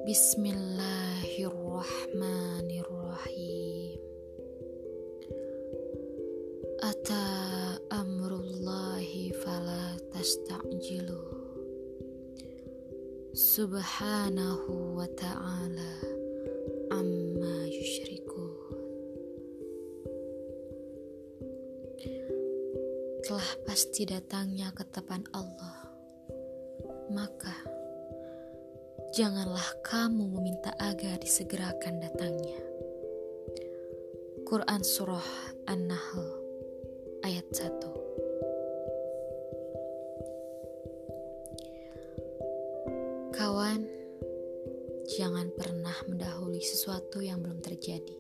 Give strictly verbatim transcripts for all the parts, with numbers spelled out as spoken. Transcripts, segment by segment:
Bismillahirrahmanirrahim. Ata amrullahi fala tasta'jilu. Subhanahu wa ta'ala amma yusyrikun. Telah pasti datangnya ketetapan Allah, maka janganlah kamu meminta agar disegerakan datangnya. Quran Surah An-Nahl ayat satu. Kawan, jangan pernah mendahului sesuatu yang belum terjadi.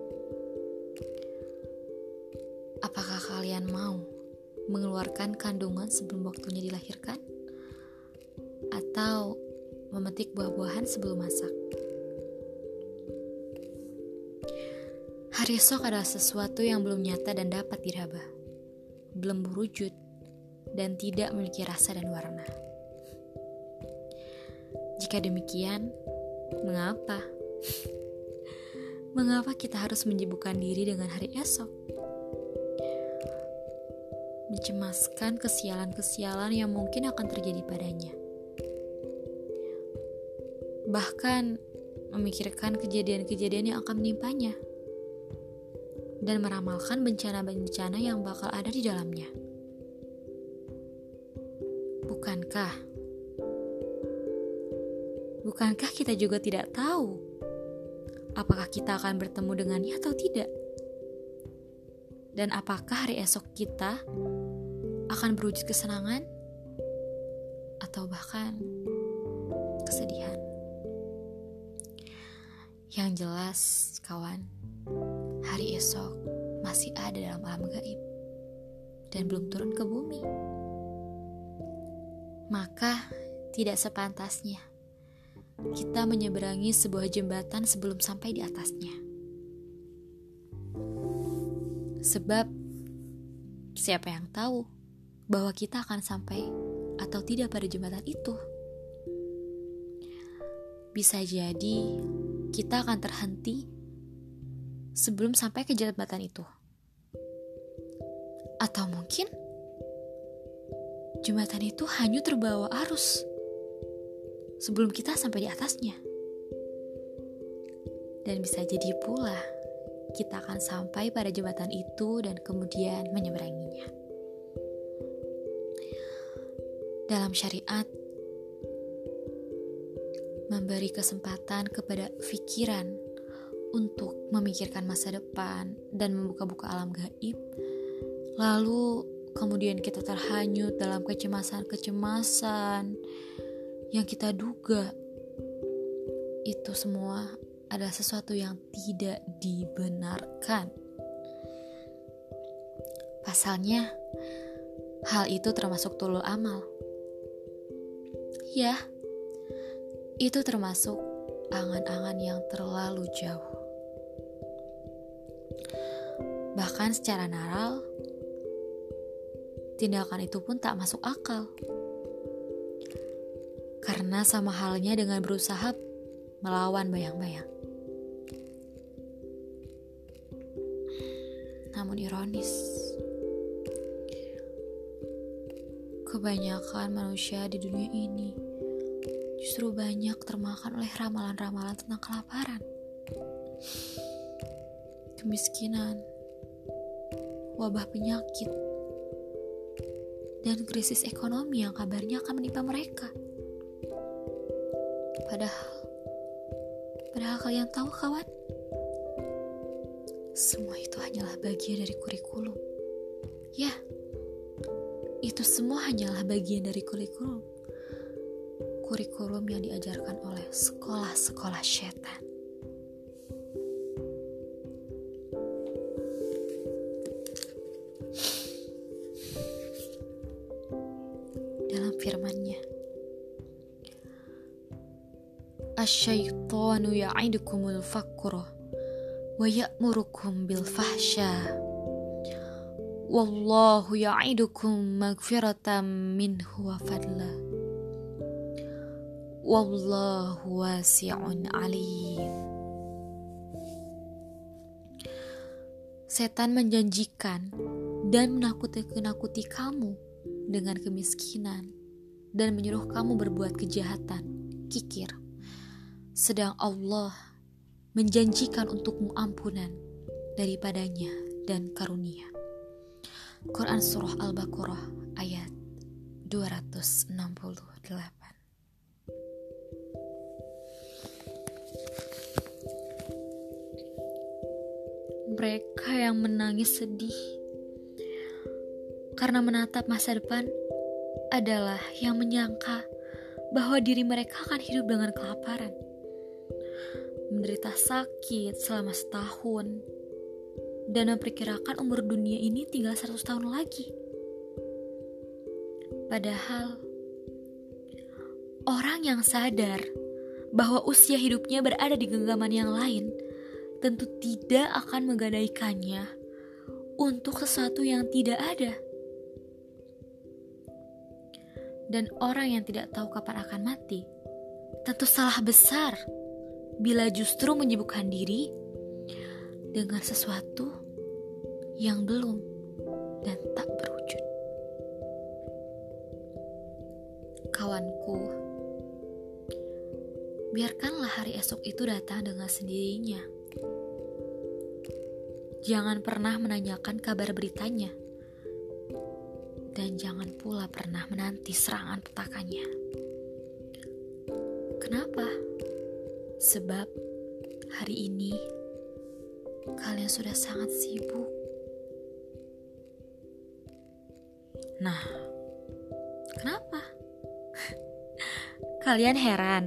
Apakah kalian mau mengeluarkan kandungan sebelum waktunya dilahirkan? Atau memetik buah-buahan sebelum masak? Hari esok adalah sesuatu yang belum nyata dan dapat diraba, belum berwujud, dan tidak memiliki rasa dan warna. Jika demikian, mengapa? Mengapa kita harus menyibukkan diri dengan hari esok? Mencemaskan kesialan-kesialan yang mungkin akan terjadi padanya. Bahkan memikirkan kejadian-kejadian yang akan menimpanya dan meramalkan bencana-bencana yang bakal ada di dalamnya. Bukankah? Bukankah kita juga tidak tahu apakah kita akan bertemu dengannya atau tidak? Dan apakah hari esok kita akan berwujud kesenangan atau bahkan kesedihan? Yang jelas, kawan, hari esok masih ada dalam alam gaib dan belum turun ke bumi. Maka tidak sepantasnya kita menyeberangi sebuah jembatan sebelum sampai di atasnya. Sebab siapa yang tahu bahwa kita akan sampai atau tidak pada jembatan itu? Bisa jadi kita akan terhenti sebelum sampai ke jembatan itu. Atau mungkin jembatan itu hanyut terbawa arus sebelum kita sampai di atasnya. Dan bisa jadi pula kita akan sampai pada jembatan itu dan kemudian menyeberanginya. Dalam syariat, memberi kesempatan kepada pikiran untuk memikirkan masa depan dan membuka-buka alam gaib, lalu kemudian kita terhanyut dalam kecemasan-kecemasan yang kita duga itu semua adalah sesuatu yang tidak dibenarkan. Pasalnya, hal itu termasuk tulul amal. Ya, itu termasuk angan-angan yang terlalu jauh. Bahkan secara naral, tindakan itu pun tak masuk akal. Karena sama halnya dengan berusaha melawan bayang-bayang. Namun ironis, kebanyakan manusia di dunia ini justru banyak termakan oleh ramalan-ramalan tentang kelaparan, kemiskinan, wabah penyakit, dan krisis ekonomi yang kabarnya akan menimpa mereka. Padahal, padahal kalian tahu kawan, semua itu hanyalah bagian dari kurikulum. Ya, itu semua hanyalah bagian dari kurikulum. Kurikulum yang diajarkan oleh sekolah-sekolah setan. Dalam firman-Nya, Asy-syaitanu ya'idukumul faqra wa ya'murukum bil fahsya wallahu ya'idukum magfiratan minhu wa fadla Wallahu wasi'un alim. Setan menjanjikan dan menakuti-nakuti kamu dengan kemiskinan dan menyuruh kamu berbuat kejahatan, kikir. Sedang Allah menjanjikan untukmu ampunan daripadanya dan karunia. Quran Surah Al-Baqarah ayat dua ratus enam puluh delapan. Mereka yang menangis sedih karena menatap masa depan adalah yang menyangka bahwa diri mereka akan hidup dengan kelaparan, menderita sakit selama setahun, dan memperkirakan umur dunia ini tinggal seratus tahun lagi. Padahal orang yang sadar bahwa usia hidupnya berada di genggaman yang lain tentu tidak akan menggadaikannya untuk sesuatu yang tidak ada. Dan orang yang tidak tahu kapan akan mati tentu salah besar bila justru menyibukkan diri dengan sesuatu yang belum dan tak berwujud. Kawanku, biarkanlah hari esok itu datang dengan sendirinya. Jangan pernah menanyakan kabar beritanya, dan jangan pula pernah menanti serangan petakannya. Kenapa? Sebab hari ini kalian sudah sangat sibuk. Nah, kenapa? Kalian heran?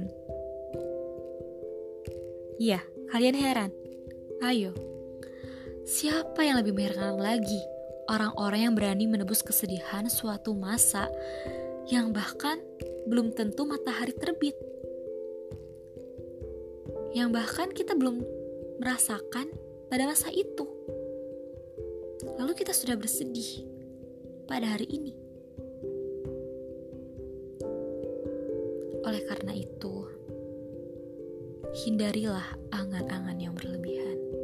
Iya, kalian heran? Ayo, siapa yang lebih mengherankan lagi? Orang-orang yang berani menebus kesedihan suatu masa yang bahkan belum tentu matahari terbit, yang bahkan kita belum merasakan pada masa itu. Lalu kita sudah bersedih pada hari ini. Oleh karena itu, hindarilah angan-angan yang berlebihan.